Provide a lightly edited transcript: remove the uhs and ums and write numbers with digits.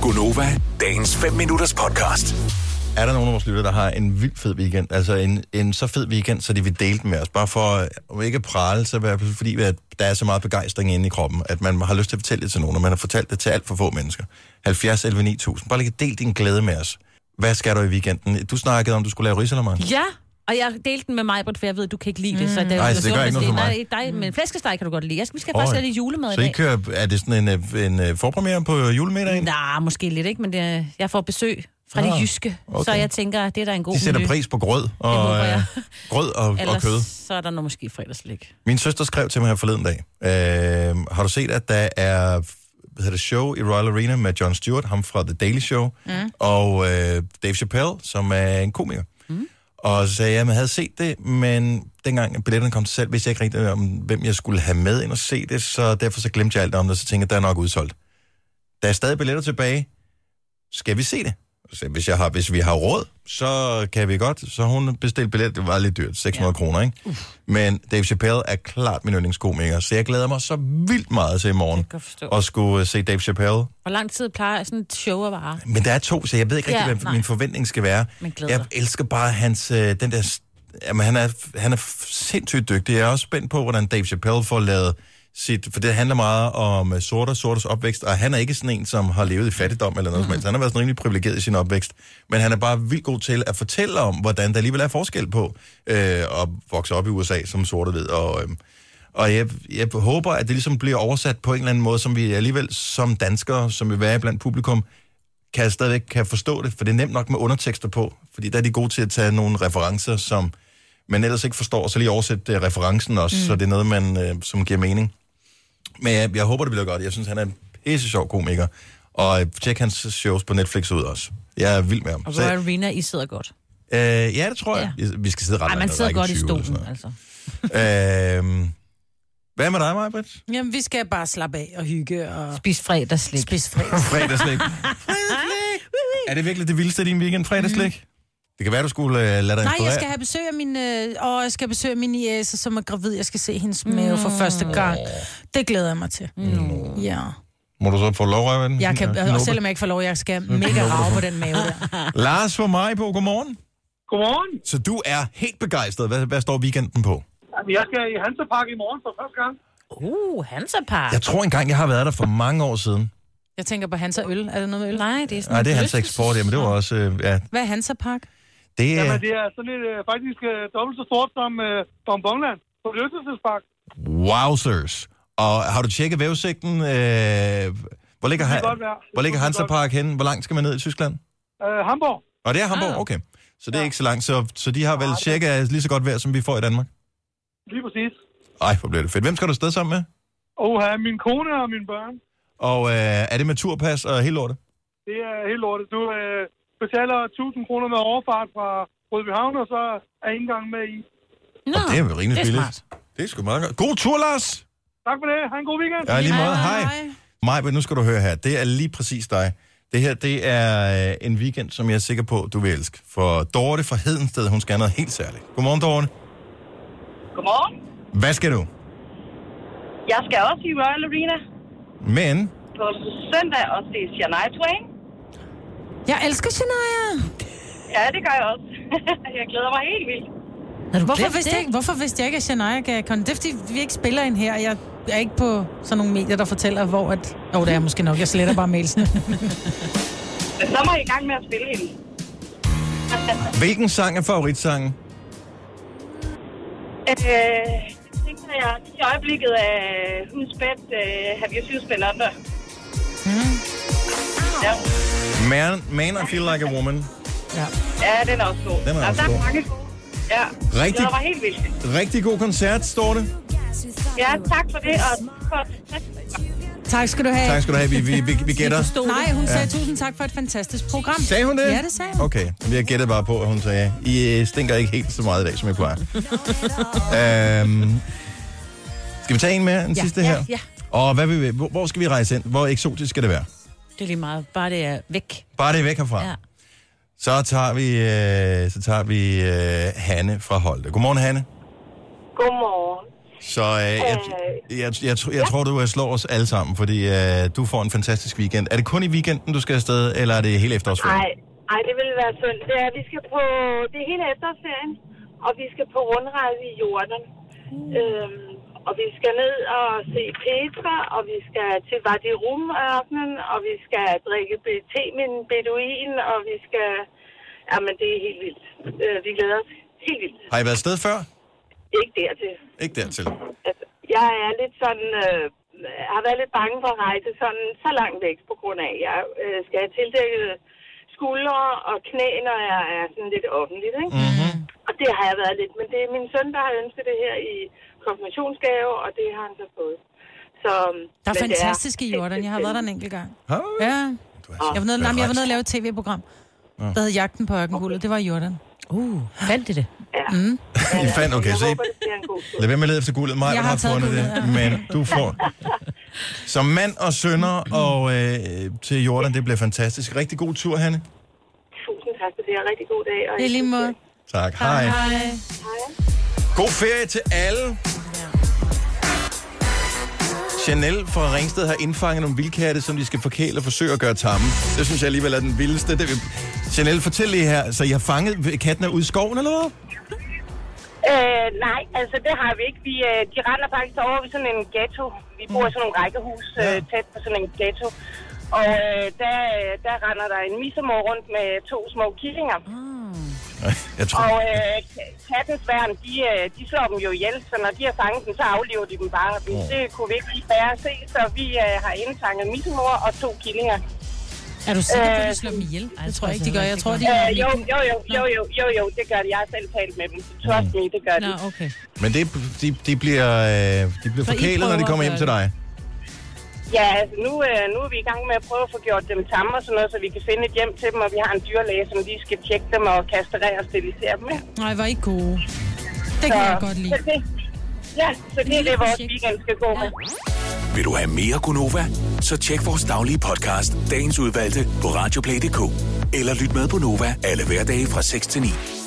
Gonova, dagens 5 minutters podcast. Er der nogen af vores lyttere, der har en vild fed weekend? Altså en så fed weekend, så de vil dele den med os. Bare for at ikke prale, så fordi der er så meget begejstring inde i kroppen, at man har lyst til at fortælle det til nogen, og man har fortalt det til alt for få mennesker. 70 11 9000. Bare lige del din glæde med os. Hvad skal du i weekenden? Du snakkede om, du skulle lave risalamande. Ja, og jeg delte den med mig, for jeg ved, at du kan ikke lide det. Så det Nej, så det gør ikke noget for mig. Nej, men flæskesteg kan du godt lide. Vi skal faktisk have lidt julemad i dag. Så I kører, er det sådan en forpremiere på julemiddagen? Nej, måske lidt ikke, men jeg får besøg fra det jyske. Okay. Så jeg tænker, det er da en god De sætter menu. pris på grød og, grød og kød. Så er der noget måske fredagslæg. Min søster skrev til mig her forleden dag. Har du set, at der er show i Royal Arena med Jon Stewart, ham fra The Daily Show, og Dave Chappelle, som er en komiker. Og så sagde jeg, at jeg havde set det, men dengang billetterne kom til salg, vidste jeg ikke rigtig om, hvem jeg skulle have med ind og se det, så derfor så glemte jeg alt om det, så tænkte jeg, at der er nok udsolgt. Der er stadig billetter tilbage. Skal vi se det? Så hvis vi har råd, så kan vi godt. Så hun bestilte billet, det var lidt dyrt, 600 kroner, ikke? Men Dave Chappelle er klart min yndlingskomiker, så jeg glæder mig så vildt meget til i morgen at skulle se Dave Chappelle. Hvor lang tid plejer sådan et show at vare? Men der er 2, så jeg ved ikke rigtig, hvad min forventning skal være. Jeg elsker bare hans, den der, jamen han er sindssygt dygtig. Jeg er også spændt på, hvordan Dave Chappelle får lavet for det handler meget om sorters opvækst, og han er ikke sådan en, som har levet i fattigdom eller noget som helst. Han har været sådan rimelig privilegeret i sin opvækst, men han er bare vildt god til at fortælle om, hvordan der alligevel er forskel på at vokse op i USA som sort og hvid. Og jeg håber, at det ligesom bliver oversat på en eller anden måde, som vi alligevel som danskere, som vil være blandt publikum, stadigvæk kan forstå det, for det er nemt nok med undertekster på, fordi der er de gode til at tage nogle referencer, som man ellers ikke forstår, og så lige oversætte referencen også, så det er noget, man, som giver mening. Men jeg håber, det bliver godt. Jeg synes, han er en pisse sjov komiker. Og tjek hans shows på Netflix ud også. Jeg er vild med ham. Og Royal Arena, I sidder godt. Ja, det tror jeg. Ja. Vi skal sidde ret langt. Man sidder godt i stolen, altså. Hvad med dig, Maj-Brit? Jamen, vi skal bare slappe af og hygge og spise fredagslæg. Fredagslæg. Er det virkelig det vildeste i din weekend, fredagslæg? Det kan være, du skulle lade dig inspirere. Nej, jeg skal have besøg af jeg skal besøge min niece, som er gravid. Jeg skal se hendes mave for første gang. Det glæder jeg mig til. Ja. Må du så få lov at den? Jeg kan, og selvom jeg ikke får lov, jeg skal mega rave på den mave der. Lars fra Maribo, godmorgen. Godmorgen. Så du er helt begejstret. Hvad står weekenden på? Jeg skal i Hansa Park i morgen for første gang. Hansa Park. Jeg tror engang, jeg har været der for mange år siden. Jeg tænker på Hansa Øl. Er det noget med øl? Nej, det er sådan. Nej, det er Hansa Eksport, men det var også... ja. Hvad er Hansa Park? Jamen, det er sådan et faktisk dobbelt så stort som Bonbonland på Løselsespark. Wowzers. Og har du tjekket vævesigten? Hvor ligger Hansa Park henne? Hvor langt skal man ned i Tyskland? Hamburg. Og det er Hamburg, okay. Så det er ikke så langt. Så de har vel cirka lige så godt vejr, som vi får i Danmark? Lige præcis. Ej, hvor bliver det fedt. Hvem skal du afsted sammen med? Min kone og mine børn. Og er det med turpas og helt lortet? Det er helt lortet. Du betaler 1.000 kroner med overfart fra Rødbyhavn, og så er indgang med i. Nå, det er jo rimelig billigt. Det er sgu meget godt. God tur, Lars! Tak for det. Ha' en god weekend. Ja, lige måde. Hej. Maj, nu skal du høre her. Det er lige præcis dig. Det her, det er en weekend, som jeg er sikker på, du vil elske. For Dorte fra Hedensted, hun skal have noget helt særligt. Godmorgen, Dorte. Godmorgen. Hvad skal du? Jeg skal også i Royal Arena. Men? På søndag og se Shania Twain. Jeg elsker Shania. Ja, det gør jeg også. Jeg glæder mig helt vildt. Hvorfor vidste jeg ikke, at Shania kan... Det er fordi, vi ikke spiller ind her. Jeg er ikke på sådan nogle medier, der fortæller, hvor at... det er måske nok. Jeg sletter bare mailsene. Så må I i gang med at spille hende. Hvilken sang er favoritsangen? Tænker jeg i øjeblikket af Who's Bed, Have You Shoes Been Under? Ja. Man, I Feel Like a Woman. Ja, den er også god. Den er også god. Der er mange gode. Ja, det var helt vildt. Rigtig god koncert, står det. Ja, tak for det, og tak skal du have. Tak skal du have. Vi gætter. Nej, hun sagde tusind tak for et fantastisk program. Sagde hun det? Ja, det sagde hun. Okay, jeg gættede bare på, at hun sagde, I stinker ikke helt så meget i dag, som jeg plejer. Skal vi tage en mere, den sidste her? Ja. Og hvor skal vi rejse ind? Hvor eksotisk skal det være? Det er lige meget. Bare det er væk. Bare det er væk herfra? Ja. Så tager vi Hanne fra Holte. Godmorgen, Hanne. Godmorgen. Så jeg tror, du slår os alle sammen, fordi du får en fantastisk weekend. Er det kun i weekenden, du skal afsted, eller er det hele efterårsferien? Nej, det vil være synd. Det er hele efterårsferien, og vi skal på rundrejse i Jordan. Og vi skal ned og se Petra, og vi skal til Wadi Rum-ørkenen, og vi skal drikke te med en beduin, og vi skal... Jamen, det er helt vildt. Vi glæder os helt vildt. Har I været afsted før? Ikke dertil. Ikke dertil? Altså, jeg er lidt sådan... har været lidt bange for at rejse sådan så langt væk, på grund af, at jeg skal have tildækket skuldre og knæ, når jeg er sådan lidt offentligt, ikke? Mm-hmm. Og det har jeg været lidt. Men det er min søn, der har ønsket det her i konfirmationsgave, og det har han så fået. Så, der er fantastisk i Jordan. Jeg har været der en enkelt gang. Ja. Jeg var nede og lave et tv-program. Der hed Jagten på ørkenguldet. Det var i Jordan. Fandt I det? Ja. I fandt, okay, så lad være med at lede efter guldet. Mig har fundet det, men du får... Som mand og sønner og til Jordan, det bliver fantastisk. Rigtig god tur, Hanne. Tusind tak for det. Rigtig god dag. Og i lige måde. Tak. Hej. God ferie til alle. Chanel fra Ringsted har indfanget nogle vildkatte, som de skal forkæle og forsøge at gøre tamme. Det synes jeg alligevel er den vildeste. Chanel, fortæl lige her. Så I har fanget kattene ud i skoven, eller hvad? Nej, altså det har vi ikke. De render faktisk over ved sådan en ghetto. Vi bor i sådan nogle rækkehus tæt på sådan en ghetto. Og der render der en missemor rundt med 2 små killinger. Og kattens værn, de slår dem jo ihjel, så når de har fanget dem, så aflever de dem bare. Det kunne vi ikke lige bære at se, så vi har indfanget missemor og 2 killinger. Er du sikker på, at de slår dem ihjel? Det tror jeg ikke, de gør. Jeg tror, de Jo, det gør de. Jeg har selv talt med dem. Trust me, det gør de. Nå, okay. Men de bliver forkælet, når de kommer hjem til dig? Ja, altså nu er vi i gang med at prøve at få gjort dem tamme og sådan noget, så vi kan finde et hjem til dem, og vi har en dyrlæge, som lige skal tjekke dem og kastrere og sterilisere dem. Nej, var ikke gode. Det kan jeg godt lide. Så det er det, vores weekend skal gå med. Vil du have mere Gunova? Så tjek vores daglige podcast, dagens udvalgte, på radioplay.dk. Eller lyt med på Nova alle hverdage fra 6 til 9.